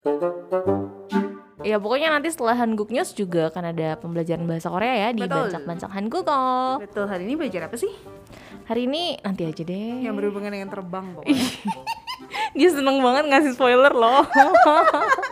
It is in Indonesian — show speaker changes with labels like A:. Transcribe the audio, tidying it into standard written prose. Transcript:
A: Ya pokoknya nanti setelah Hanguk News juga akan ada pembelajaran bahasa Korea ya di
B: Betul.
A: Bancak-Bancak Hangguko.
B: Betul, hari ini belajar apa sih?
A: Hari ini nanti aja deh.
B: Yang berhubungan dengan terbang pokoknya.
A: Dia seneng banget ngasih spoiler loh.